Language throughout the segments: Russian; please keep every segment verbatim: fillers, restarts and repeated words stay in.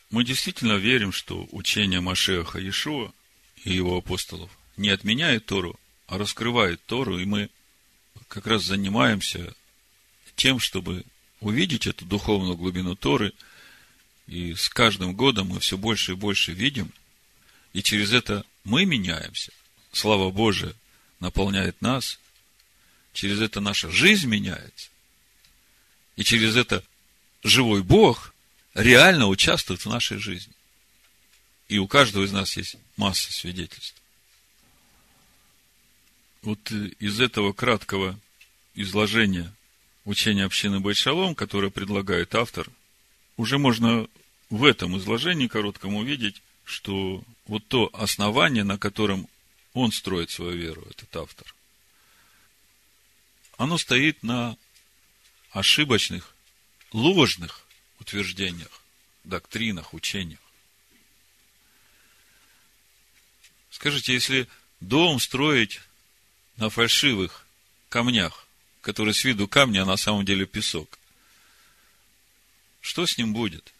Мы действительно верим, что учение Машиаха Иешуа и его апостолов не отменяет Тору, а раскрывает Тору, и мы как раз занимаемся тем, чтобы увидеть эту духовную глубину Торы, и с каждым годом мы все больше и больше видим, и через это мы меняемся. Слава Божия наполняет нас, через это наша жизнь меняется, и через это живой Бог реально участвует в нашей жизни. И у каждого из нас есть масса свидетельств. Вот из этого краткого изложения учения общины Бейт Шалом, которое предлагает автор, уже можно в этом изложении коротком увидеть, что вот то основание, на котором он строит свою веру, этот автор, оно стоит на ошибочных, ложных утверждениях, доктринах, учениях. Скажите, если дом строить на фальшивых камнях, которые с виду камни, а на самом деле песок, что с ним будет?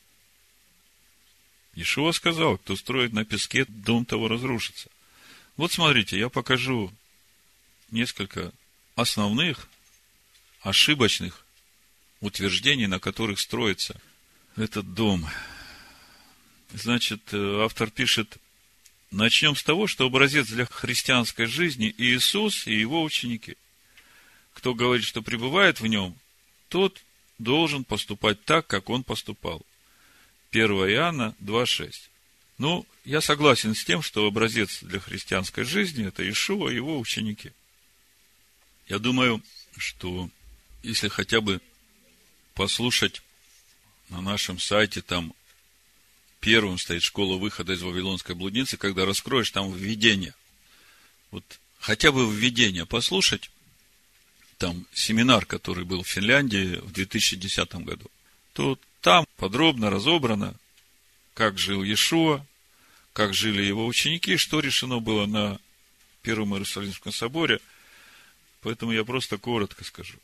Иешуа сказал, кто строит на песке, дом того разрушится. Вот смотрите, я покажу несколько основных ошибочных утверждений, на которых строится этот дом. Значит, автор пишет: начнем с того, что образец для христианской жизни Иисус и его ученики. Кто говорит, что пребывает в нем, тот должен поступать так, как он поступал. первое Иоанна два шесть. Ну, я согласен с тем, что образец для христианской жизни – это Иешуа и его ученики. Я думаю, что если хотя бы послушать на нашем сайте, там первым стоит школа выхода из Вавилонской блудницы, когда раскроешь там введение. Вот хотя бы введение послушать, там семинар, который был в Финляндии в две тысячи десятом году, то там подробно разобрано, как жил Иешуа, как жили его ученики, что решено было на Первом Иерусалимском соборе. Поэтому я просто коротко скажу.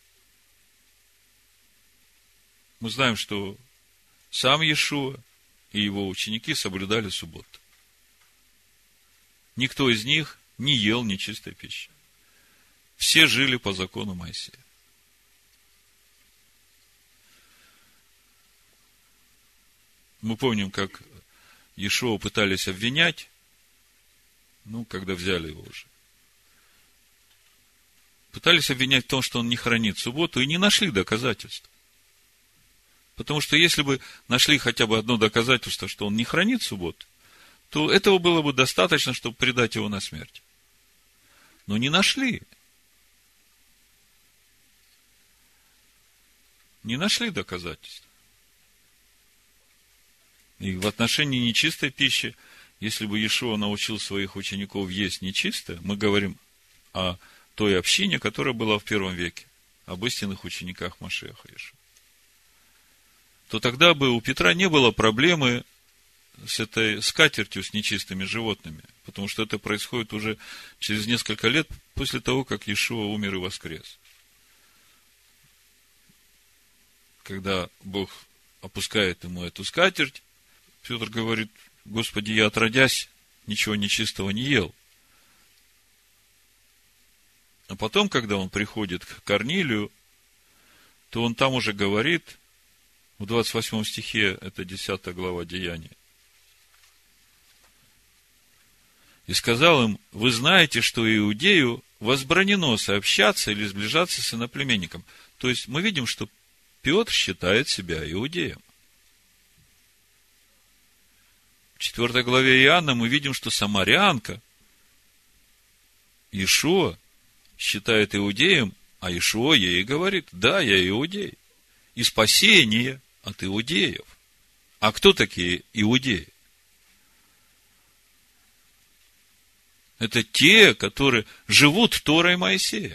Мы знаем, что сам Иешуа и его ученики соблюдали субботу. Никто из них не ел нечистой пищи. Все жили по закону Моисея. Мы помним, как Иешуа пытались обвинять, ну, когда взяли его уже. Пытались обвинять в том, что он не хранит субботу, и не нашли доказательств. Потому что если бы нашли хотя бы одно доказательство, что он не хранит субботу, то этого было бы достаточно, чтобы предать его на смерть. Но не нашли. Не нашли доказательств. И в отношении нечистой пищи, если бы Иешуа научил своих учеников есть нечистое, мы говорим о той общине, которая была в первом веке, об истинных учениках Машиаха Иешуа, то тогда бы у Петра не было проблемы с этой скатертью, с нечистыми животными, потому что это происходит уже через несколько лет после того, как Иешуа умер и воскрес. Когда Бог опускает ему эту скатерть, Петр говорит: Господи, я отродясь ничего нечистого не ел. А потом, когда он приходит к Корнилию, то он там уже говорит, в двадцать восьмом стихе, это десятая глава Деяний, и сказал им: вы знаете, что иудею возбранено сообщаться или сближаться с иноплеменником. То есть, мы видим, что Петр считает себя иудеем. В четвёртой главе Иоанна мы видим, что самарянка Иешуа считает иудеем, а Иешуа ей говорит: да, я иудей. И спасение от иудеев. А кто такие иудеи? Это те, которые живут Торой Моисея.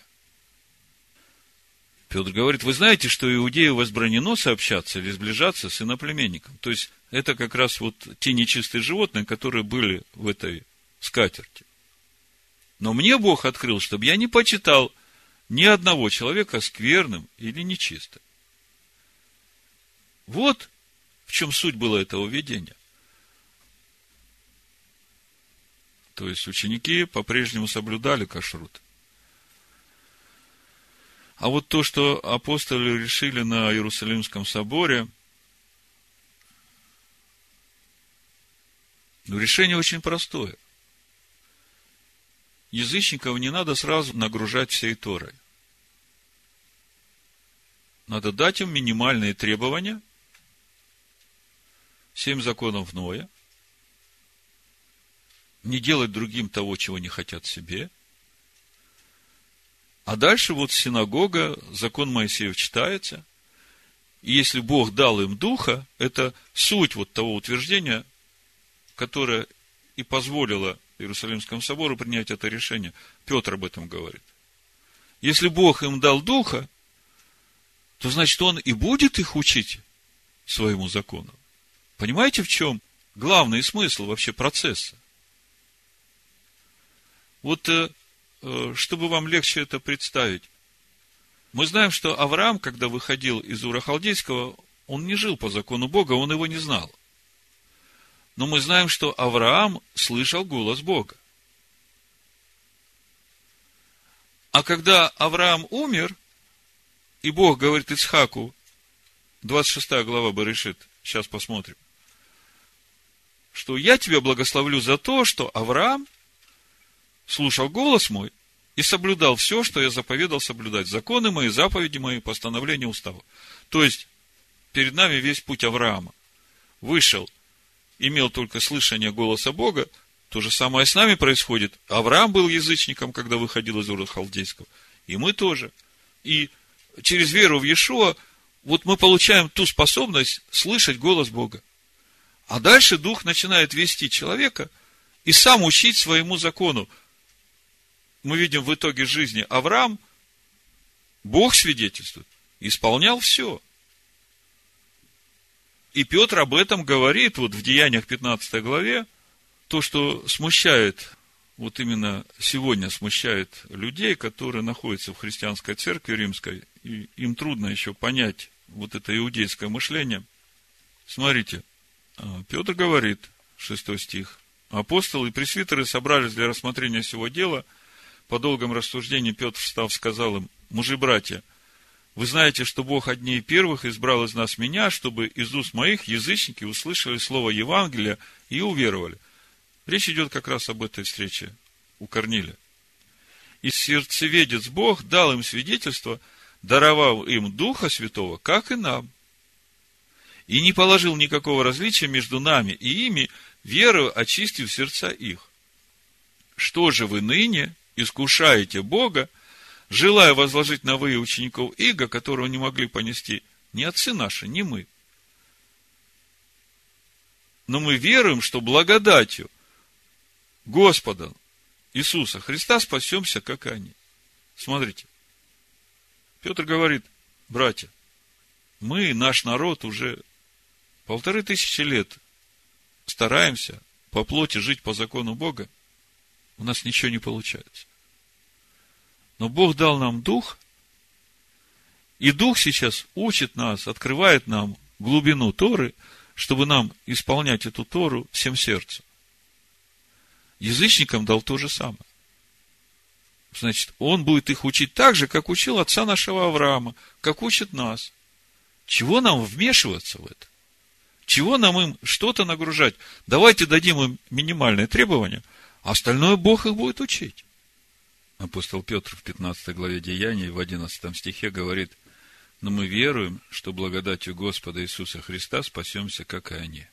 Петр говорит: вы знаете, что иудею возбранено сообщаться или сближаться с иноплеменником. То есть, это как раз вот те нечистые животные, которые были в этой скатерти. Но мне Бог открыл, чтобы я не почитал ни одного человека скверным или нечистым. Вот в чем суть была этого видения? То есть, ученики по-прежнему соблюдали кашрут. А вот то, что апостолы решили на Иерусалимском соборе, ну, решение очень простое. Язычников не надо сразу нагружать всей Торой. Надо дать им минимальные требования, семь законов Ноя, не делать другим того, чего не хотят себе. А дальше вот синагога, закон Моисеев читается. И если Бог дал им духа, это суть вот того утверждения, которое и позволило Иерусалимскому собору принять это решение. Петр об этом говорит. Если Бог им дал духа, то значит, Он и будет их учить своему закону. Понимаете, в чем главный смысл вообще процесса? Вот, чтобы вам легче это представить, мы знаем, что Авраам, когда выходил из Ура Халдейского, он не жил по закону Бога, он его не знал. Но мы знаем, что Авраам слышал голос Бога. А когда Авраам умер, и Бог говорит Ицхаку, двадцать шестая глава Берешит, сейчас посмотрим, что я тебя благословлю за то, что Авраам слушал голос мой и соблюдал все, что я заповедал соблюдать, законы мои, заповеди мои, постановления устава. То есть, перед нами весь путь Авраама. Вышел, имел только слышание голоса Бога, то же самое с нами происходит. Авраам был язычником, когда выходил из Ура Халдейского, и мы тоже. И через веру в Иешуа, вот мы получаем ту способность слышать голос Бога. А дальше Дух начинает вести человека и сам учить своему закону. Мы видим в итоге жизни Авраам, Бог свидетельствует, исполнял все. И Петр об этом говорит, вот в Деяниях пятнадцатой главе, то, что смущает, вот именно сегодня смущает людей, которые находятся в христианской церкви римской, и им трудно еще понять вот это иудейское мышление. Смотрите, Петр говорит, шестой стих, апостолы и пресвитеры собрались для рассмотрения сего дела. По долгом рассуждении Петр, встав, сказал им: мужи-братья, вы знаете, что Бог одни первых избрал из нас меня, чтобы из уст моих язычники услышали слово Евангелия и уверовали. Речь идет как раз об этой встрече у Корнилия. И сердцеведец Бог дал им свидетельство, даровав им Духа Святого, как и нам. И не положил никакого различия между нами и ими, верою очистив сердца их. Что же вы ныне искушаете Бога, желая возложить на вы учеников иго, которого не могли понести ни отцы наши, ни мы? Но мы веруем, что благодатью Господа Иисуса Христа спасемся, как и они. Смотрите, Петр говорит: братья, мы, наш народ, уже полторы тысячи лет стараемся по плоти жить по закону Бога, у нас ничего не получается. Но Бог дал нам Дух, и Дух сейчас учит нас, открывает нам глубину Торы, чтобы нам исполнять эту Тору всем сердцем. Язычникам дал то же самое. Значит, Он будет их учить так же, как учил отца нашего Авраама, как учит нас. Чего нам вмешиваться в это? Чего нам им что-то нагружать? Давайте дадим им минимальные требования, а остальное Бог их будет учить. Апостол Петр в пятнадцатой главе Деяний, в одиннадцатом стихе говорит: но мы веруем, что благодатью Господа Иисуса Христа спасемся, как и они.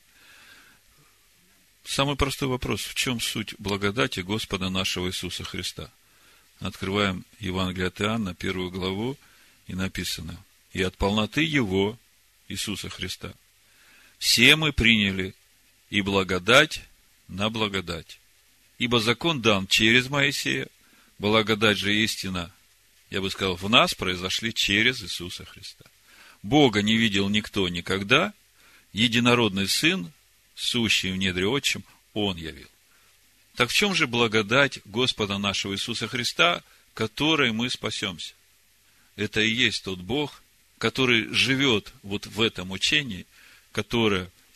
Самый простой вопрос: в чем суть благодати Господа нашего Иисуса Христа? Открываем Евангелие от Иоанна, первую главу, и написано: и от полноты Его, Иисуса Христа, все мы приняли и благодать на благодать. Ибо закон дан через Моисея, благодать же истина, я бы сказал, в нас произошли через Иисуса Христа. Бога не видел никто никогда, единородный Сын, сущий в недре Отчим, Он явил. Так в чем же благодать Господа нашего Иисуса Христа, которой мы спасемся? Это и есть тот Бог, который живет вот в этом учении, которое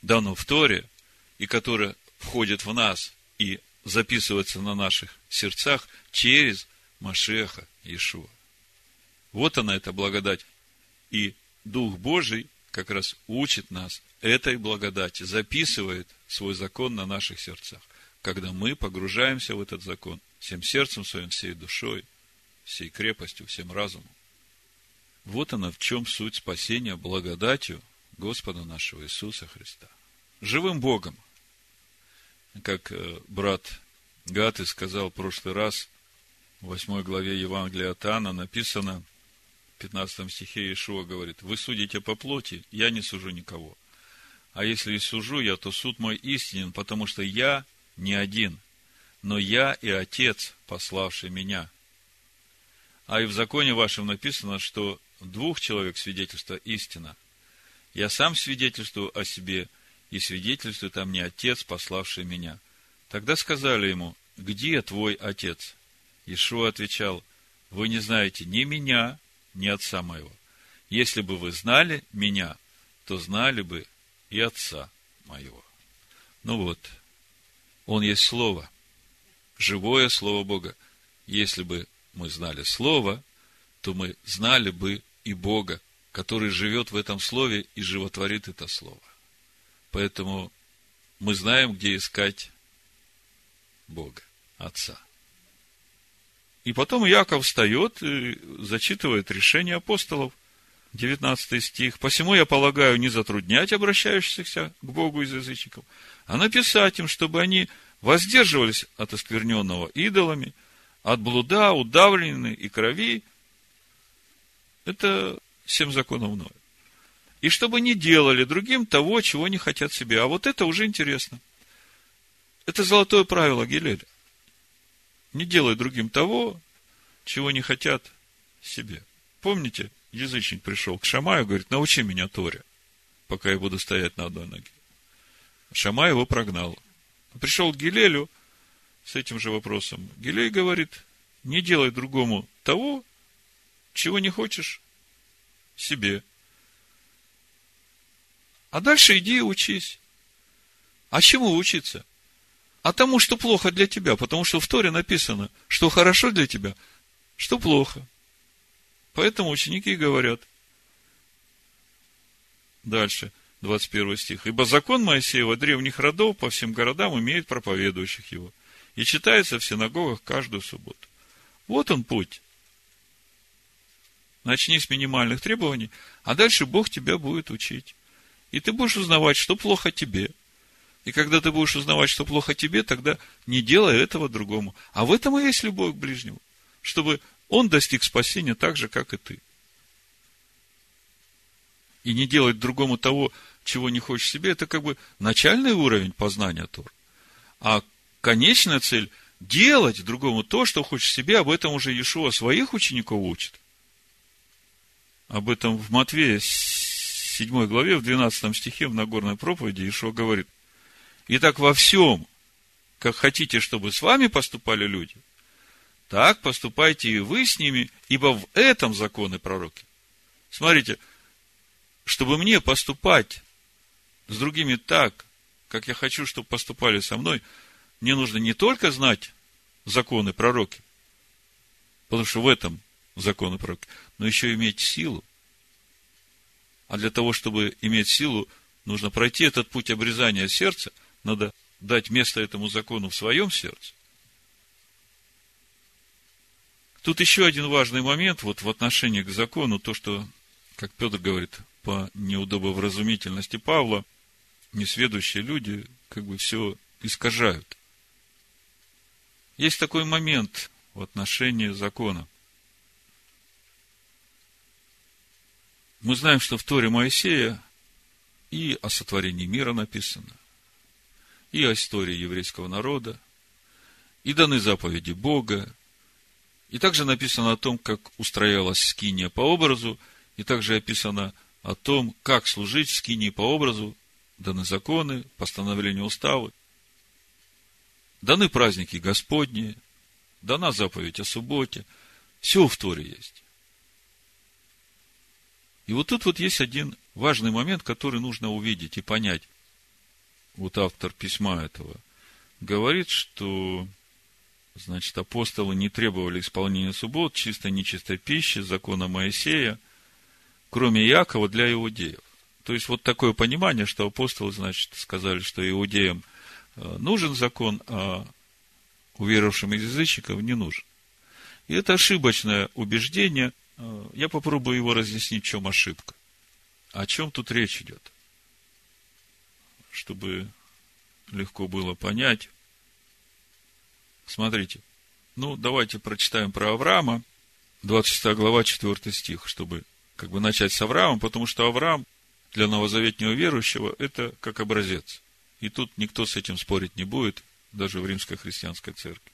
дано в Торе, и которое входит в нас и записывается на наших сердцах через Машиаха Иешуа. Вот она, эта благодать. И Дух Божий как раз учит нас этой благодати, записывает свой закон на наших сердцах, когда мы погружаемся в этот закон всем сердцем своим, всей душой, всей крепостью, всем разумом. Вот она, в чем суть спасения благодатью Господа нашего Иисуса Христа. Живым Богом. Как брат Гаты сказал в прошлый раз, в восьмой главе Евангелия от Иоанна написано, в пятнадцатом стихе Иешуа говорит: «Вы судите по плоти, я не сужу никого. А если и сужу я, то суд мой истинен, потому что я не один, но я и Отец, пославший меня. А и в законе вашем написано, что двух человек свидетельство истина. Я сам свидетельствую о себе, и свидетельствует о мне Отец, пославший меня». Тогда сказали ему: «Где твой Отец?» Иешуа отвечал: «Вы не знаете ни меня, ни Отца моего. Если бы вы знали меня, то знали бы и Отца моего». Ну вот, Он есть Слово, живое Слово Бога. Если бы мы знали Слово, то мы знали бы и Бога, который живет в этом Слове и животворит это Слово. Поэтому мы знаем, где искать Бога, Отца. И потом Иаков встает и зачитывает решение апостолов. девятнадцатый стих. «Посему я полагаю не затруднять обращающихся к Богу из язычников, а написать им, чтобы они воздерживались от оскверненного идолами, от блуда, удавленной и крови». Это семь законов Ноя. «И чтобы не делали другим того, чего не хотят себе». А вот это уже интересно. Это золотое правило Гилеля. Не делай другим того, чего не хотят себе. Помните, язычник пришел к Шамаю, говорит: «Научи меня Торе, пока я буду стоять на одной ноге». Шамай его прогнал. Пришел к Гилелю с этим же вопросом. Гилель говорит: «Не делай другому того, чего не хочешь себе. А дальше иди и учись». А чему учиться? А тому, что плохо для тебя, потому что в Торе написано, что хорошо для тебя, что плохо. Поэтому ученики говорят. Дальше, двадцать первый стих. «Ибо закон Моисеева древних родов по всем городам имеет проповедующих его, и читается в синагогах каждую субботу». Вот он путь. Начни с минимальных требований, а дальше Бог тебя будет учить. И ты будешь узнавать, что плохо тебе. И когда ты будешь узнавать, что плохо тебе, тогда не делай этого другому. А в этом и есть любовь к ближнему, чтобы он достиг спасения так же, как и ты. И не делать другому того, чего не хочешь себе, это как бы начальный уровень познания Торы. А конечная цель – делать другому то, что хочешь себе. Об этом уже Иешуа своих учеников учит. Об этом в Матвея седьмой главе, в двенадцатом стихе, в Нагорной проповеди Иешуа говорит: «Итак, во всем, как хотите, чтобы с вами поступали люди, так поступайте и вы с ними, ибо в этом законы пророки». Смотрите, чтобы мне поступать с другими так, как я хочу, чтобы поступали со мной, мне нужно не только знать законы пророки, потому что в этом законы пророки, но еще иметь силу. А для того, чтобы иметь силу, нужно пройти этот путь обрезания сердца, надо дать место этому закону в своем сердце. Тут еще один важный момент, вот в отношении к закону, то, что, как Петр говорит, по неудобовразумительности Павла, несведущие люди как бы все искажают. Есть такой момент в отношении закона. Мы знаем, что в Торе Моисея и о сотворении мира написано, и о истории еврейского народа, и даны заповеди Бога, и также написано о том, как устроялась скиния по образу, и также описано о том, как служить в скинии по образу, даны законы, постановления уставы, даны праздники Господни, дана заповедь о субботе, все в Торе есть. И вот тут вот есть один важный момент, который нужно увидеть и понять. вот автор письма этого, говорит, что, значит, апостолы не требовали исполнения суббот, чистой нечистой пищи, закона Моисея, кроме Иакова для иудеев. То есть, вот такое понимание, что апостолы, значит, сказали, что иудеям нужен закон, а уверовавшим из язычников не нужен. И это ошибочное убеждение. Я попробую его разъяснить, в чем ошибка. О чем тут речь идет? Чтобы легко было понять. Смотрите. Ну, давайте прочитаем про Авраама. двадцать шестая глава, четвёртый стих, чтобы как бы начать с Авраама, потому что Авраам для новозаветнего верующего это как образец. И тут никто с этим спорить не будет, даже в Римской христианской церкви.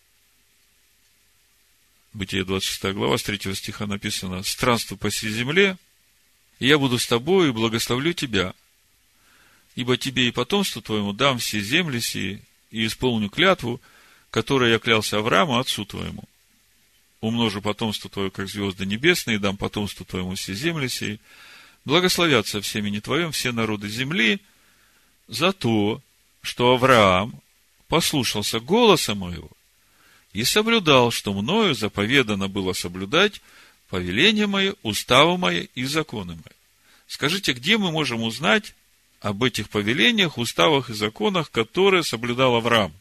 Бытие двадцать шестая глава, с третьего стиха написано: «Странствуй по сей земле, и я буду с тобой и благословлю тебя, ибо тебе и потомству твоему дам все земли сии, и исполню клятву, которой я клялся Аврааму, отцу твоему. Умножу потомство твое, как звезды небесные, и дам потомству твоему все земли сии. Благословятся в семени твоем все народы земли за то, что Авраам послушался голоса моего и соблюдал, что мною заповедано было соблюдать повеления мои, уставы мои и законы мои». Скажите, где мы можем узнать об этих повелениях, уставах и законах, которые соблюдал Авраам?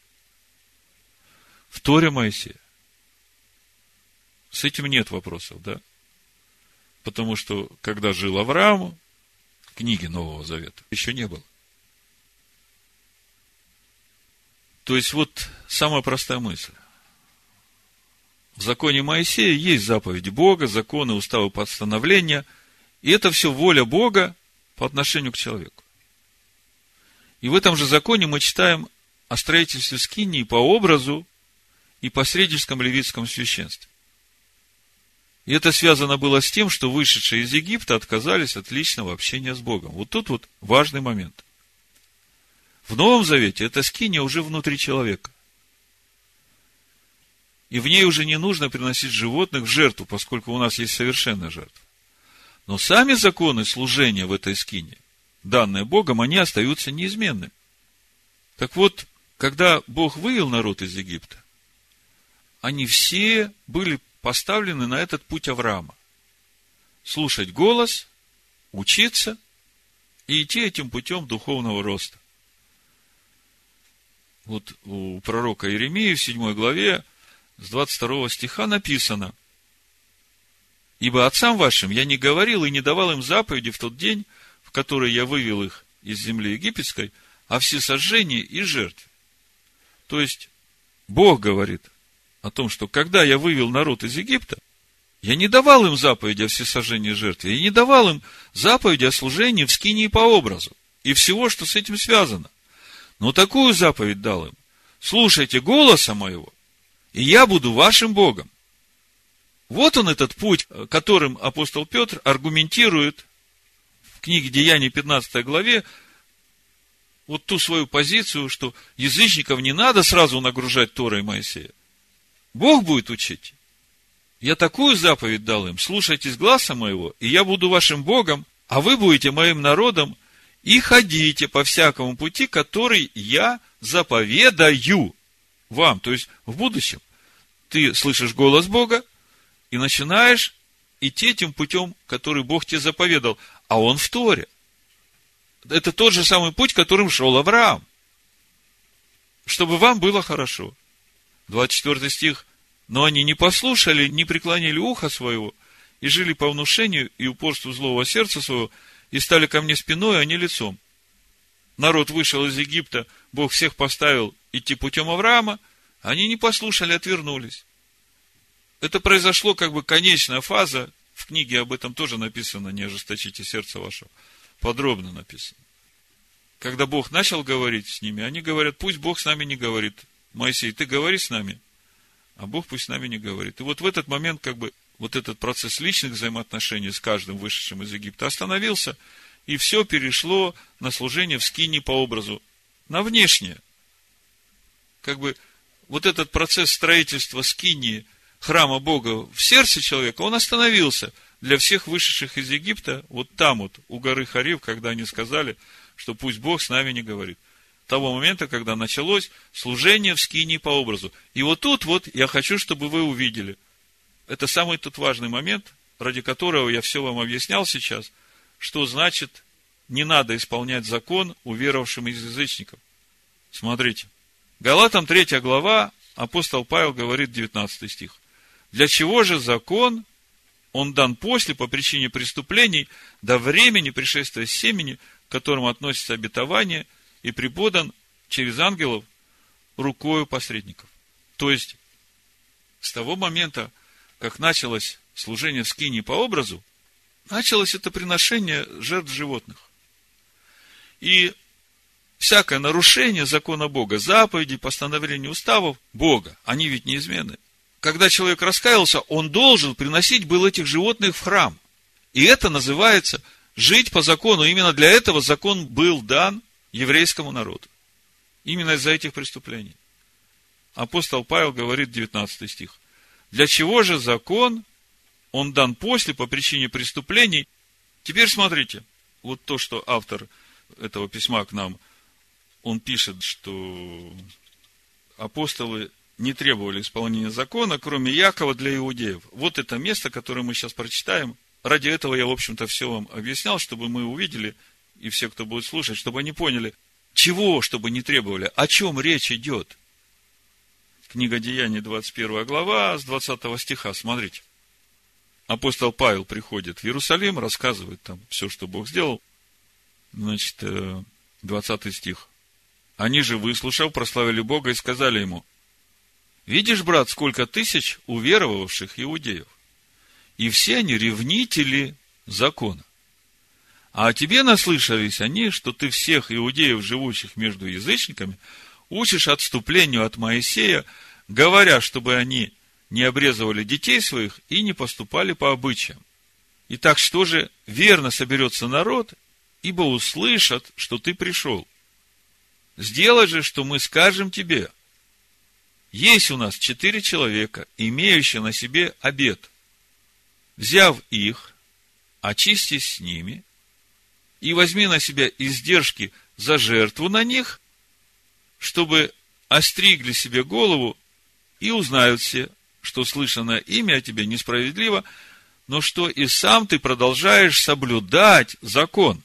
В Торе Моисея. С этим нет вопросов, да? Потому что, когда жил Авраам, книги Нового Завета еще не было. То есть, вот самая простая мысль. В законе Моисея есть заповеди Бога, законы, уставы, постановления, и это все воля Бога по отношению к человеку. И в этом же законе мы читаем о строительстве скинии по образу и посредническом левитском священстве. И это связано было с тем, что вышедшие из Египта отказались от личного общения с Богом. Вот тут вот важный момент. В Новом Завете эта скиния уже внутри человека. И в ней уже не нужно приносить животных в жертву, поскольку у нас есть совершенная жертва. Но сами законы служения в этой скинии, данные Богом, они остаются неизменными. Так вот, когда Бог вывел народ из Египта, они все были поставлены на этот путь Авраама. Слушать голос, учиться и идти этим путем духовного роста. Вот у пророка Иеремии в седьмой главе с двадцать второго стиха написано: «Ибо отцам вашим я не говорил и не давал им заповеди в тот день, в который я вывел их из земли египетской, о всесожжении и жертве». То есть, Бог говорит о том, что когда я вывел народ из Египта, я не давал им заповеди о всесожжении и жертве, я не давал им заповеди о служении в скинии по образу и всего, что с этим связано. Но такую заповедь дал им: слушайте голоса моего, и я буду вашим Богом. Вот он, этот путь, которым апостол Петр аргументирует в книге Деяний пятнадцатой главе вот ту свою позицию, что язычников не надо сразу нагружать Торой Моисея. Бог будет учить. Я такую заповедь дал им: слушайтесь гласа моего, и я буду вашим Богом, а вы будете моим народом, и ходите по всякому пути, который я заповедаю вам. То есть, в будущем ты слышишь голос Бога и начинаешь идти этим путем, который Бог тебе заповедал, а он в Торе. Это тот же самый путь, которым шел Авраам. Чтобы вам было хорошо. двадцать четвёртый стих. «Но они не послушали, не преклонили ухо своего, и жили по внушению и упорству злого сердца своего, и стали ко мне спиной, а не лицом. Народ вышел из Египта, Бог всех поставил идти путем Авраама, они не послушали, отвернулись». Это произошло как бы конечная фаза. В книге об этом тоже написано: «Не ожесточите сердце вашего». Подробно написано. Когда Бог начал говорить с ними, они говорят: пусть Бог с нами не говорит. Моисей, ты говори с нами, а Бог пусть с нами не говорит. И вот в этот момент как бы вот этот процесс личных взаимоотношений с каждым вышедшим из Египта остановился, и все перешло на служение в скинии по образу, на внешнее. Как бы вот этот процесс строительства скинии, храма Бога в сердце человека, он остановился для всех вышедших из Египта, вот там вот, у горы Хорев, когда они сказали, что пусть Бог с нами не говорит. того момента, когда началось служение в скинии по образу. И вот тут вот я хочу, чтобы вы увидели. Это самый тут важный момент, ради которого я все вам объяснял сейчас, что значит не надо исполнять закон уверовавшим из язычников. Смотрите. Галатам третья глава, апостол Павел говорит, девятнадцатый стих. Для чего же закон, он дан после, по причине преступлений, до времени пришествия семени, к которому относится обетование, и преподан через ангелов рукою посредников. То есть, с того момента, как началось служение в скинии по образу, началось это приношение жертв животных. И всякое нарушение закона Бога, заповедей, постановлений, уставов Бога, они ведь неизменны. Когда человек раскаялся, он должен приносить был этих животных в храм. И это называется жить по закону. Именно для этого закон был дан еврейскому народу. Именно из-за этих преступлений. Апостол Павел говорит, девятнадцатый стих. Для чего же закон, он дан после, по причине преступлений? Теперь смотрите, вот то, что автор этого письма к нам, он пишет, что апостолы не требовали исполнения закона, кроме Якова для иудеев. Вот это место, которое мы сейчас прочитаем. Ради этого я, в общем-то, все вам объяснял, чтобы мы увидели, и все, кто будет слушать, чтобы они поняли, чего, чтобы не требовали, о чем речь идет. Книга Деяний, двадцать первая глава, с двадцатого стиха, смотрите. Апостол Павел приходит в Иерусалим, рассказывает там все, что Бог сделал. Значит, двадцатый стих. Они же, выслушав, прославили Бога и сказали ему: видишь, брат, сколько тысяч уверовавших иудеев, и все они ревнители закона. А о тебе наслышались они, что ты всех иудеев, живущих между язычниками, учишь отступлению от Моисея, говоря, чтобы они не обрезывали детей своих и не поступали по обычаям. Итак, что же, верно соберется народ, ибо услышат, что ты пришел. Сделай же, что мы скажем тебе. Есть у нас четыре человека, имеющие на себе обет. Взяв их, очистись с ними, и возьми на себя издержки за жертву на них, чтобы остригли себе голову, и узнают все, что слышанное имя о тебе несправедливо, но что и сам ты продолжаешь соблюдать закон.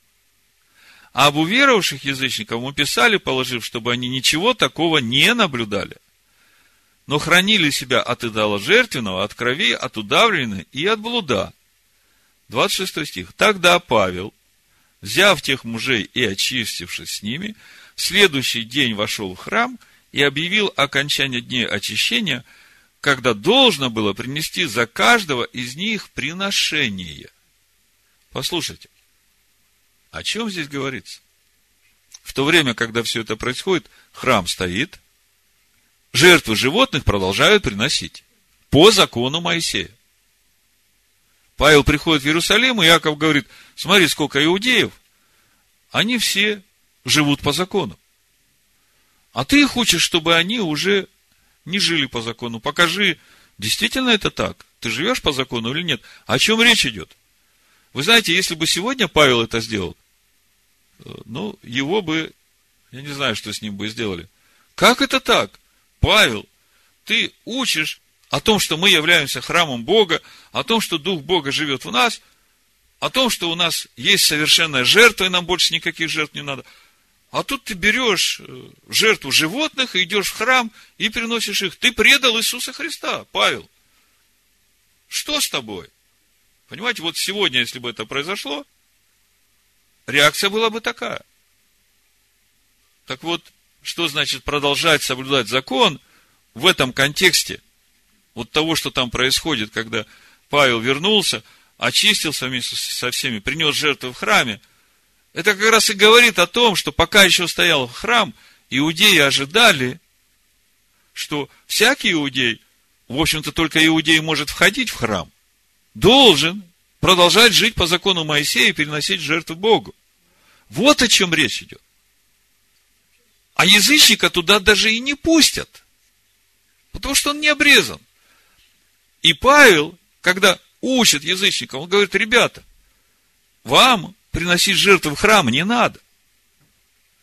А об уверовавших язычников мы писали, положив, чтобы они ничего такого не наблюдали, но хранили себя от идоложертвенного, от крови, от удавленной и от блуда. двадцать шестой стих. Тогда Павел, взяв тех мужей и очистившись с ними, в следующий день вошел в храм и объявил окончание дней очищения, когда должно было принести за каждого из них приношение. Послушайте, о чем здесь говорится? В то время, когда все это происходит, храм стоит, жертвы животных продолжают приносить по закону Моисея. Павел приходит в Иерусалим, и Иаков говорит: смотри, сколько иудеев, они все живут по закону. А ты хочешь, чтобы они уже не жили по закону. Покажи, действительно это так? Ты живешь по закону или нет? О чем речь идет? Вы знаете, если бы сегодня Павел это сделал, ну, его бы, я не знаю, что с ним бы сделали. Как это так? Павел, ты учишь о том, что мы являемся храмом Бога, о том, что Дух Бога живет в нас, о том, что у нас есть совершенная жертва, и нам больше никаких жертв не надо. А тут ты берешь жертву животных, и идешь в храм, и приносишь их. Ты предал Иисуса Христа, Павел. Что с тобой? Понимаете, вот сегодня, если бы это произошло, реакция была бы такая. Так вот, что значит продолжать соблюдать закон в этом контексте вот того, что там происходит, когда Павел вернулся, очистился вместе со всеми, принес жертву в храме? Это как раз и говорит о том, что пока еще стоял храм, иудеи ожидали, что всякий иудей, в общем-то, только иудей может входить в храм, должен продолжать жить по закону Моисея и переносить жертву Богу. Вот о чем речь идет. А язычника туда даже и не пустят, потому что он не обрезан. И Павел, когда учит язычников, он говорит: ребята, вам приносить жертву в храм не надо.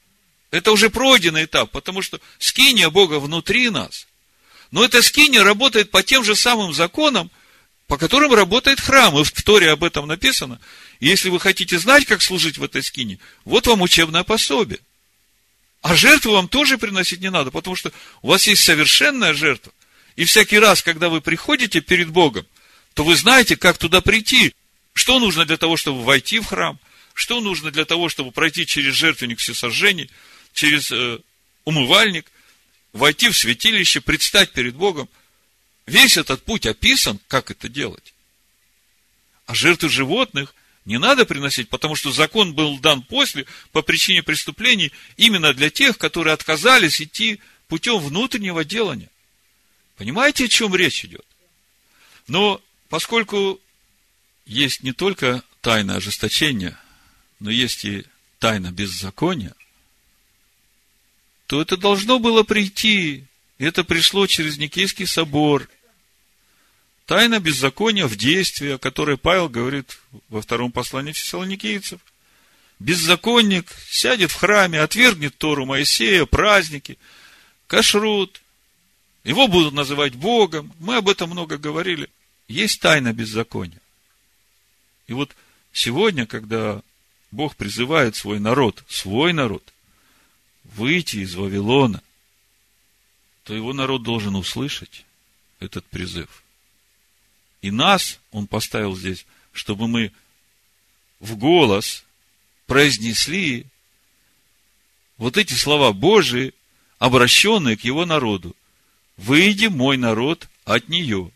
Это уже пройденный этап, потому что скиния Бога внутри нас. Но эта скиния работает по тем же самым законам, по которым работает храм. И в Торе об этом написано. Если вы хотите знать, как служить в этой скинии, вот вам учебное пособие. А жертву вам тоже приносить не надо, потому что у вас есть совершенная жертва. И всякий раз, когда вы приходите перед Богом, то вы знаете, как туда прийти. Что нужно для того, чтобы войти в храм? Что нужно для того, чтобы пройти через жертвенник всесожжений, через э, умывальник, войти в святилище, предстать перед Богом? Весь этот путь описан, как это делать. А жертвы животных не надо приносить, потому что закон был дан после, по причине преступлений, именно для тех, которые отказались идти путем внутреннего делания. Понимаете, о чем речь идет? Но поскольку есть не только тайна ожесточения, но есть и тайна беззакония, то это должно было прийти, и это пришло через Никейский собор. Тайна беззакония в действии, о которой Павел говорит во втором послании фессалоникийцев. Беззаконник сядет в храме, отвергнет Тору Моисея, праздники, кашрут. Его будут называть Богом. Мы об этом много говорили. Есть тайна беззакония. И вот сегодня, когда Бог призывает свой народ, свой народ, выйти из Вавилона, то его народ должен услышать этот призыв. И нас Он поставил здесь, чтобы мы в голос произнесли вот эти слова Божии, обращенные к Его народу. «Выйди, мой народ, от нее».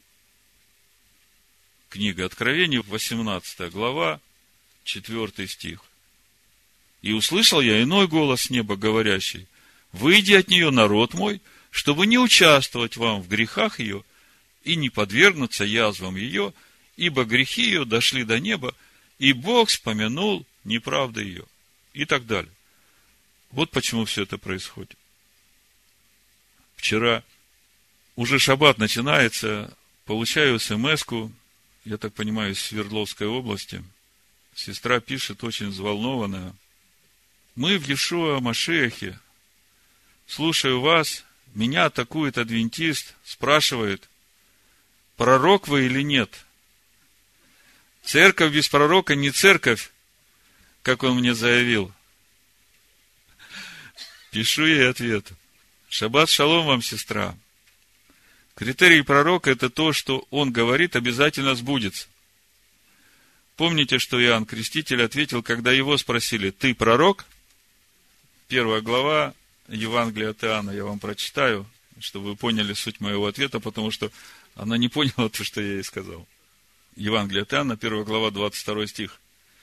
Книга Откровения, восемнадцатая глава, четвёртый стих. «И услышал я иной голос с неба, говорящий: выйди от нее, народ мой, чтобы не участвовать вам в грехах ее и не подвергнуться язвам ее, ибо грехи ее дошли до неба, и Бог вспомянул неправды ее». И так далее. Вот почему все это происходит. Вчера уже шаббат начинается, получаю смс-ку, я так понимаю, из Свердловской области. Сестра пишет, очень взволнованная: мы в Иешуа Машиахе, слушаю вас, меня атакует адвентист, спрашивает, пророк вы или нет? Церковь без пророка не церковь, как он мне заявил. Пишу ей ответ: шаббат шалом вам, сестра. Критерий пророка – это то, что он говорит, обязательно сбудется. Помните, что Иоанн Креститель ответил, когда его спросили: ты пророк? Первая глава Евангелия от Иоанна, я вам прочитаю, чтобы вы поняли суть моего ответа, потому что она не поняла то, что я ей сказал. Евангелие от Иоанна, первая глава, двадцать второй стих.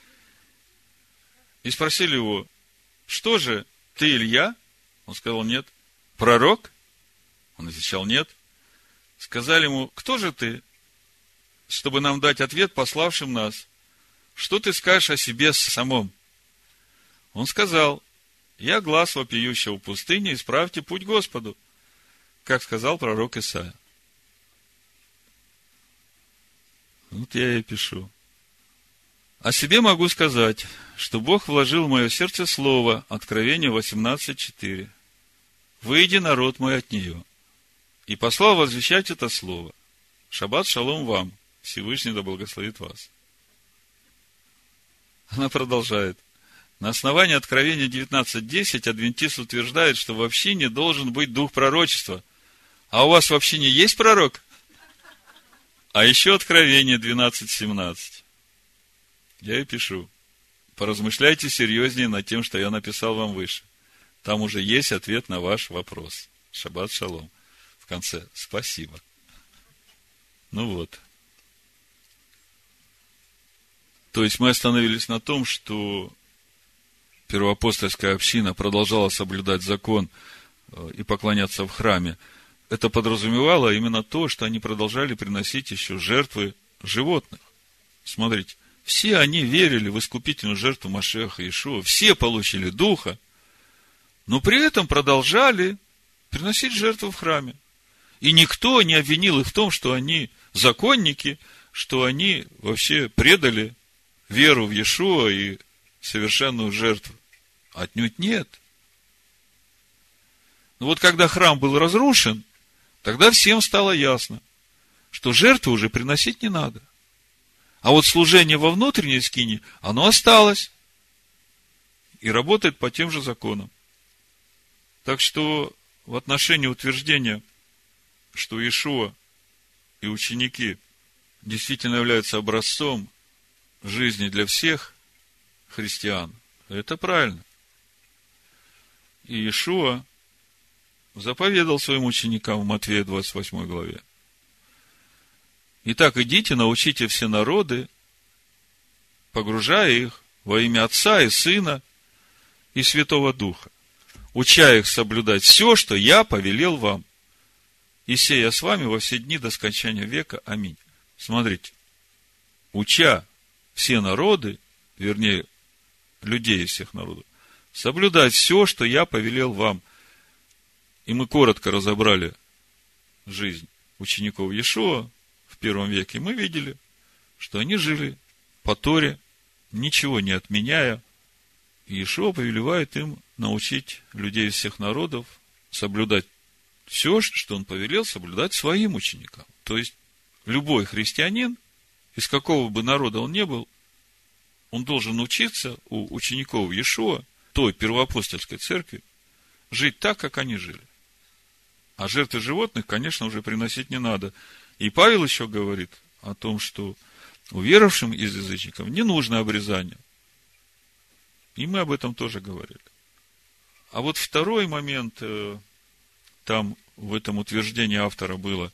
И спросили его: что же, ты Илья? Он сказал: нет. Пророк? Он отвечал: нет. Сказали ему: кто же ты, чтобы нам дать ответ пославшим нас? Что ты скажешь о себе самом? Он сказал: я глас вопиющего в пустыне, исправьте путь Господу, как сказал пророк Исаия. Вот я и пишу. О себе могу сказать, что Бог вложил в мое сердце слово, Откровение восемнадцать четыре. Выйди, народ мой, от нее. И послал возвещать это слово. Шаббат шалом вам, Всевышний да благословит вас. Она продолжает. На основании Откровения девятнадцать десять адвентист утверждает, что в общине должен быть дух пророчества. А у вас в общине есть пророк? А еще Откровение двенадцать семнадцать. Я и пишу: поразмышляйте серьезнее над тем, что я написал вам выше. Там уже есть ответ на ваш вопрос. Шаббат шалом. В конце: спасибо. Ну вот. То есть мы остановились на том, что первоапостольская община продолжала соблюдать закон и поклоняться в храме. Это подразумевало именно то, что они продолжали приносить еще жертвы животных. Смотрите, все они верили в искупительную жертву Машиаха Иешуа, все получили Духа, но при этом продолжали приносить жертву в храме. И никто не обвинил их в том, что они законники, что они вообще предали веру в Иешуа и совершенную жертву. Отнюдь нет. Но вот когда храм был разрушен, тогда всем стало ясно, что жертвы уже приносить не надо. А вот служение во внутренней скинии, оно осталось. И работает по тем же законам. Так что в отношении утверждения, что Иешуа и ученики действительно являются образцом жизни для всех христиан, это правильно. И Иешуа заповедал своим ученикам в Матфея двадцать восьмой главе: «Итак, идите, научите все народы, погружая их во имя Отца и Сына и Святого Духа, уча их соблюдать все, что я повелел вам, и сея с вами во все дни до скончания века. Аминь». Смотрите, уча все народы, вернее, людей из всех народов, соблюдать все, что я повелел вам. И мы коротко разобрали жизнь учеников Иешуа в первом веке. Мы видели, что они жили по Торе, ничего не отменяя. И Иешуа повелевает им научить людей из всех народов соблюдать все, что он повелел соблюдать своим ученикам. То есть, любой христианин, из какого бы народа он ни был, он должен учиться у учеников Иешуа, той первоапостольской церкви, жить так, как они жили. А жертвы животных, конечно, уже приносить не надо. И Павел еще говорит о том, что уверовавшим из язычников не нужно обрезание. И мы об этом тоже говорили. А вот второй момент, там в этом утверждении автора было,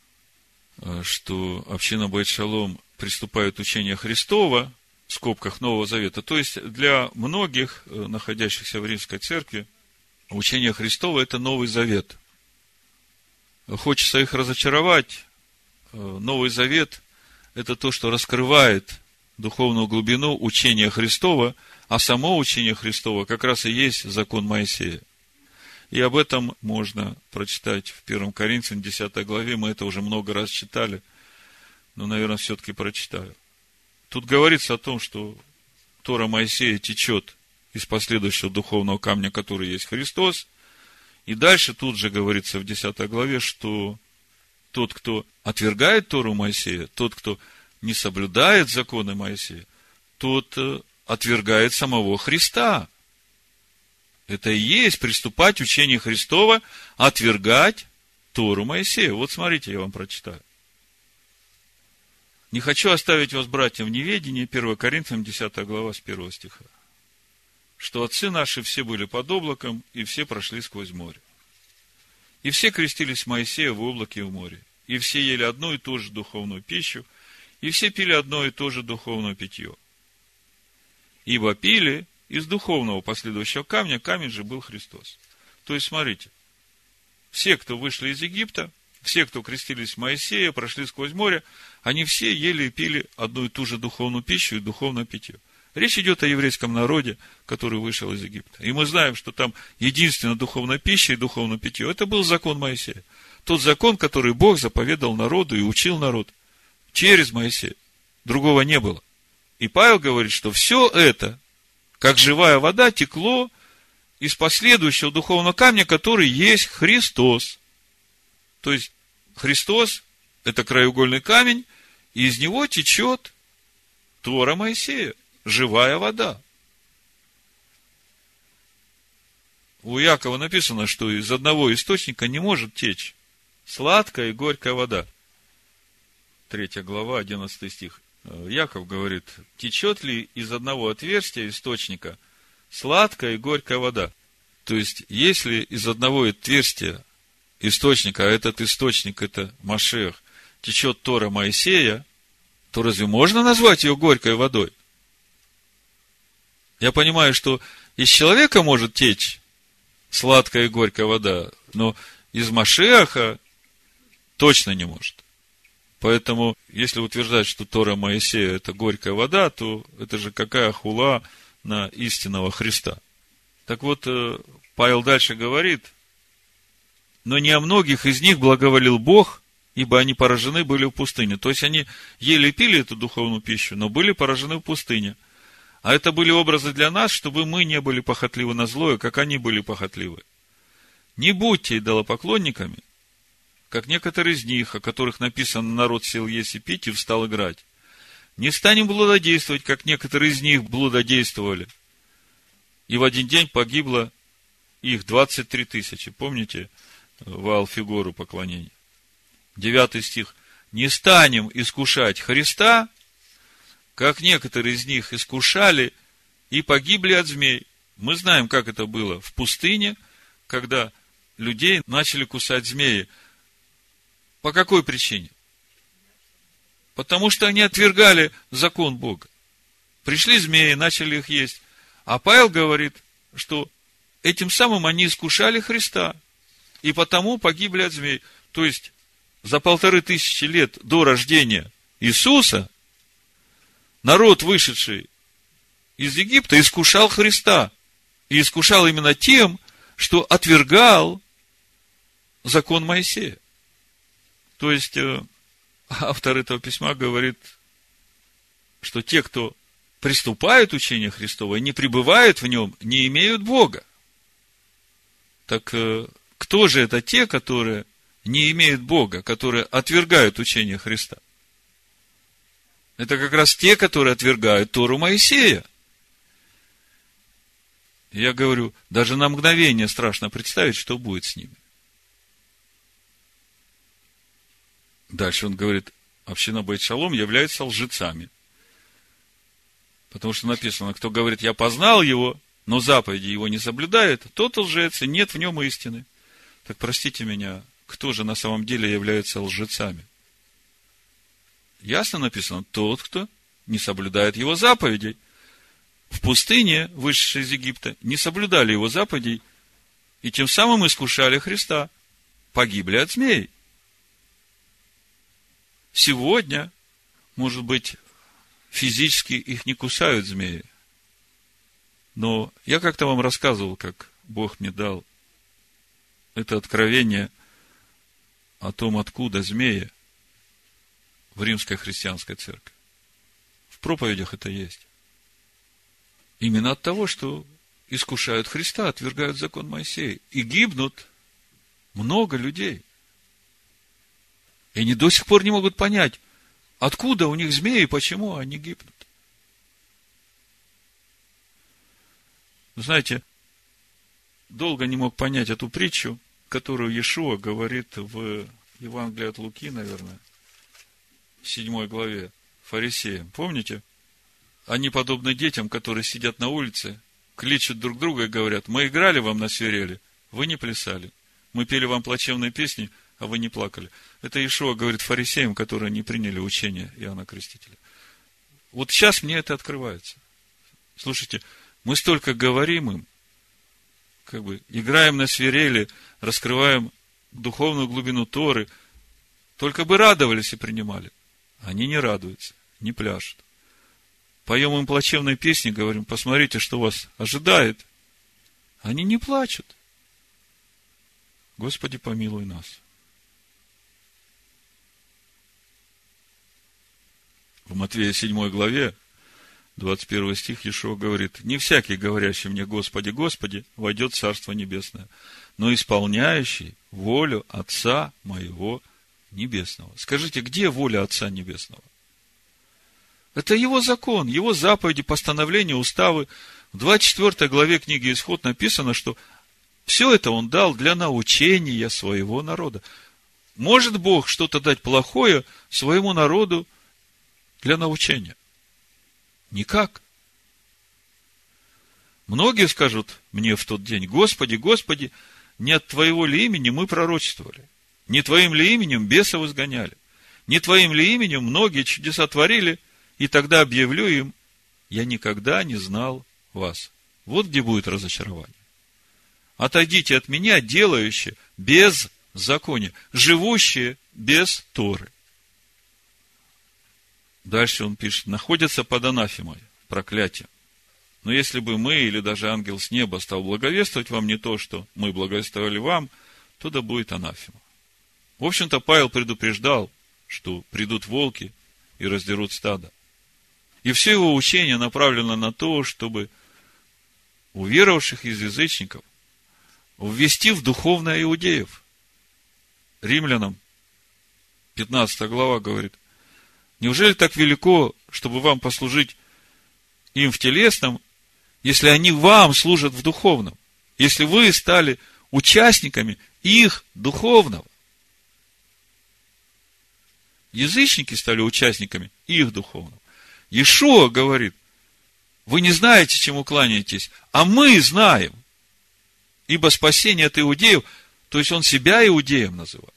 что община Бейт Шалом приступает учение Христова, в скобках Нового Завета. То есть, для многих, находящихся в Римской Церкви, учение Христова – это Новый Завет. Хочется их разочаровать. Новый Завет – это то, что раскрывает духовную глубину учения Христова, а само учение Христова как раз и есть закон Моисея. И об этом можно прочитать в первом Коринфянам десятой главе. Мы это уже много раз читали, но, наверное, все-таки прочитаю. Тут говорится о том, что Тора Моисея течет из последующего духовного камня, который есть Христос. И дальше тут же говорится в десятой главе, что тот, кто отвергает Тору Моисея, тот, кто не соблюдает законы Моисея, тот отвергает самого Христа. Это и есть приступать учение Христова, отвергать Тору Моисея. Вот смотрите, я вам прочитаю. «Не хочу оставить вас, братья, в неведении», первое Коринфянам десятая глава с первого стиха, «что отцы наши все были под облаком, и все прошли сквозь море. И все крестились Моисея в облаке и в море, и все ели одну и ту же духовную пищу, и все пили одно и то же духовное питье. Ибо пили из духовного последующего камня, камень же был Христос». То есть, смотрите, все, кто вышли из Египта, все, кто крестились Моисея, прошли сквозь море, они все ели и пили одну и ту же духовную пищу и духовное питье. Речь идет о еврейском народе, который вышел из Египта. И мы знаем, что там единственная духовная пища и духовное питье – это был закон Моисея. Тот закон, который Бог заповедал народу и учил народ через Моисея. Другого не было. И Павел говорит, что все это, как живая вода, текло из последующего духовного камня, который есть Христос. То есть, Христос – это краеугольный камень, и из него течет Тора Моисея, живая вода. У Якова написано, что из одного источника не может течь сладкая и горькая вода. Третья глава, одиннадцатый стих. Яков говорит, течет ли из одного отверстия источника сладкая и горькая вода? То есть, если из одного отверстия источника, а этот источник, это Машиах, течет Тора Моисея, то разве можно назвать ее горькой водой? Я понимаю, что из человека может течь сладкая и горькая вода, но из Машиаха точно не может. Поэтому, если утверждать, что Тора Моисея – это горькая вода, то это же какая хула на истинного Христа. Так вот, Павел дальше говорит, но не о многих из них благоволил Бог, ибо они поражены были в пустыне. То есть, они ели и пили эту духовную пищу, но были поражены в пустыне. А это были образы для нас, чтобы мы не были похотливы на злое, как они были похотливы. Не будьте идолопоклонниками, как некоторые из них, о которых написано: народ сел есть и пить и встал играть. Не станем блудодействовать, как некоторые из них блудодействовали. И в один день погибло их двадцать три тысячи. Помните Ваал-фигуру поклонения? Девятый стих. Не станем искушать Христа, как некоторые из них искушали и погибли от змей. Мы знаем, как это было в пустыне, когда людей начали кусать змеи. По какой причине? Потому что они отвергали закон Бога. Пришли змеи, начали их есть. А Павел говорит, что этим самым они искушали Христа, и потому погибли от змей. То есть, за полторы тысячи лет до рождения Иисуса народ, вышедший из Египта, искушал Христа. И искушал именно тем, что отвергал закон Моисея. То есть, автор этого письма говорит, что те, кто приступают учение Христово и не пребывают в нем, не имеют Бога. Так кто же это те, которые не имеют Бога, которые отвергают учение Христа? Это как раз те, которые отвергают Тору Моисея. Я говорю, даже на мгновение страшно представить, что будет с ними. Дальше он говорит, община Бейт Шалом является лжецами. Потому что написано, кто говорит, я познал его, но заповеди его не соблюдает, тот лжец, и нет в нем истины. Так простите меня, кто же на самом деле является лжецами? Ясно написано, тот, кто не соблюдает его заповедей. В пустыне, вышедшие из Египта, не соблюдали его заповедей, и тем самым искушали Христа. Погибли от змей. Сегодня, может быть, физически их не кусают змеи. Но я как-то вам рассказывал, как Бог мне дал это откровение о том, откуда змеи в римской христианской церкви. В проповедях это есть. Именно от того, что искушают Христа, отвергают закон Моисея. И гибнут много людей. И они до сих пор не могут понять, откуда у них змеи и почему они гибнут. Вы знаете, долго не мог понять эту притчу, которую Иешуа говорит в Евангелии от Луки, наверное, в седьмой главе, фарисеям. Помните? Они подобны детям, которые сидят на улице, кличут друг друга и говорят, мы играли вам на свирели, вы не плясали. Мы пели вам плачевные песни, а вы не плакали. Это Иешуа говорит фарисеям, которые не приняли учение Иоанна Крестителя. Вот сейчас мне это открывается. Слушайте, мы столько говорим им, как бы играем на свирели, раскрываем духовную глубину Торы, только бы радовались и принимали. Они не радуются, не пляшут. Поем им плачевные песни, говорим, посмотрите, что вас ожидает. Они не плачут. Господи, помилуй нас. В Матфея седьмой главе, двадцать первый стих, Иешуа говорит, не всякий, говорящий мне, Господи, Господи, войдет в Царство Небесное, но исполняющий волю Отца моего Небесного. Скажите, где воля Отца Небесного? Это Его закон, Его заповеди, постановления, уставы. В двадцать четвёртой главе книги Исход написано, что все это Он дал для научения своего народа. Может Бог что-то дать плохое своему народу для научения? Никак. Многие скажут мне в тот день, Господи, Господи, не от Твоего ли имени мы пророчествовали? Не Твоим ли именем бесов изгоняли? Не Твоим ли именем многие чудеса творили? И тогда объявлю им, я никогда не знал вас. Вот где будет разочарование. Отойдите от меня, делающие без закония, живущие без Торы. Дальше он пишет, находятся под анафемой, проклятием. Но если бы мы, или даже ангел с неба, стал благовествовать вам не то, что мы благовествовали вам, то да будет анафема. В общем-то, Павел предупреждал, что придут волки и раздерут стадо. И все его учение направлено на то, чтобы уверовавших из язычников ввести в духовное иудеев. Римлянам пятнадцатая глава говорит: неужели так велико, чтобы вам послужить им в телесном, если они вам служат в духовном? Если вы стали участниками их духовного. Язычники стали участниками их духовного. Иешуа говорит: вы не знаете, чему кланяетесь, а мы знаем. Ибо спасение от иудеев, то есть он себя иудеем называет.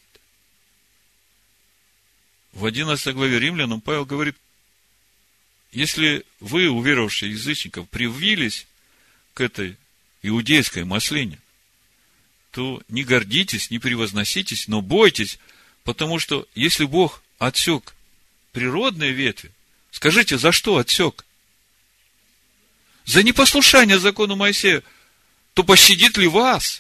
В одиннадцатой главе Римлянам Павел говорит: если вы, уверовавшие язычников, привились к этой иудейской маслине, то не гордитесь, не превозноситесь, но бойтесь, потому что если Бог отсек природные ветви, скажите, за что отсек? За непослушание закону Моисея, то пощадит ли вас?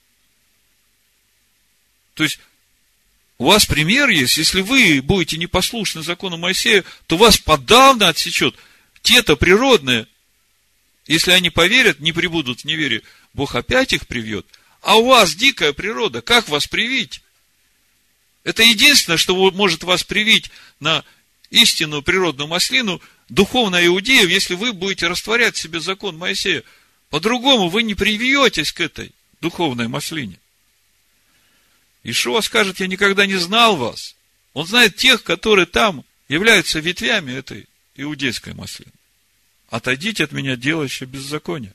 То есть, у вас пример есть, если вы будете непослушны закону Моисея, то вас подавно отсечет. Те-то природные, если они поверят, не пребудут в неверии, Бог опять их привьет. А у вас дикая природа, как вас привить? Это единственное, что может вас привить на истинную природную маслину, духовно иудеев, если вы будете растворять в себе закон Моисея. По-другому вы не привьетесь к этой духовной маслине. Иешуа скажет: я никогда не знал вас. Он знает тех, которые там являются ветвями этой иудейской маслины. Отойдите от меня, делающие беззаконие.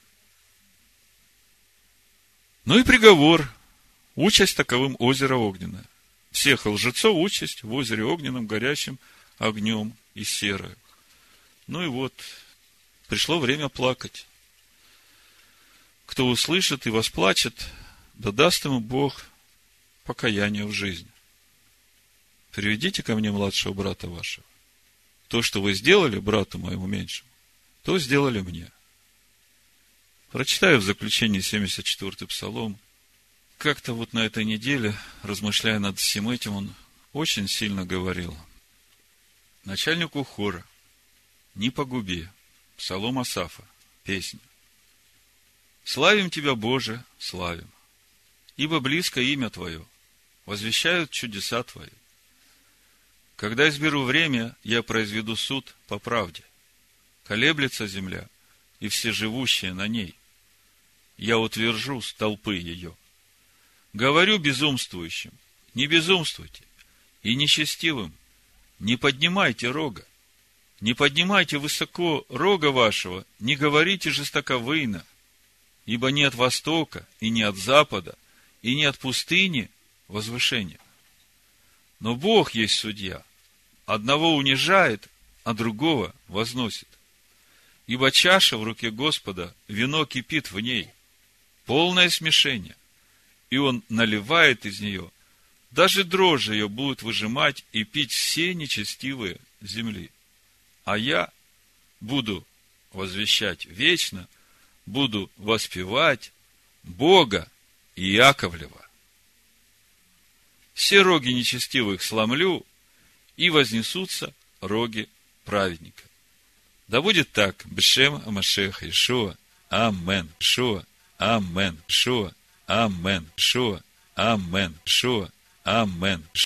Ну и приговор. Участь таковым озеро огненное. Всех лжецов участь в озере огненном, горящим огнем и серою. Ну и вот, пришло время плакать. Кто услышит и восплачет, да даст ему Бог покаяние в жизни. Приведите ко мне младшего брата вашего. То, что вы сделали брату моему меньшему, то сделали мне. Прочитаю в заключении семьдесят четвёртый псалом. Как-то вот на этой неделе, размышляя над всем этим, он очень сильно говорил. Начальнику хора: не погуби. Псалом Асафа, песня. Славим Тебя, Боже, славим. Ибо близко имя Твое, возвещают чудеса Твои. Когда изберу время, я произведу суд по правде. Колеблется земля, и все живущие на ней. Я утвержу столпы ее. Говорю безумствующим: не безумствуйте, и нечестивым: не поднимайте рога. Не поднимайте высоко рога вашего, не говорите жестоковыйно, ибо не от востока, и не от запада, и не от пустыни возвышения. Но Бог есть судья. Одного унижает, а другого возносит. Ибо чаша в руке Господа, вино кипит в ней, полное смешение, и Он наливает из нее, даже дрожжи ее будут выжимать и пить все нечестивые земли. А я буду возвещать вечно, буду воспевать Бога Иаковлева. Все роги нечестивых сломлю, и вознесутся роги праведника. Да будет так, бешем Амашеха Иешуа. Амен. Иешуа. Амен. Иешуа. Амен. Иешуа. Амен. Иешуа. Амен.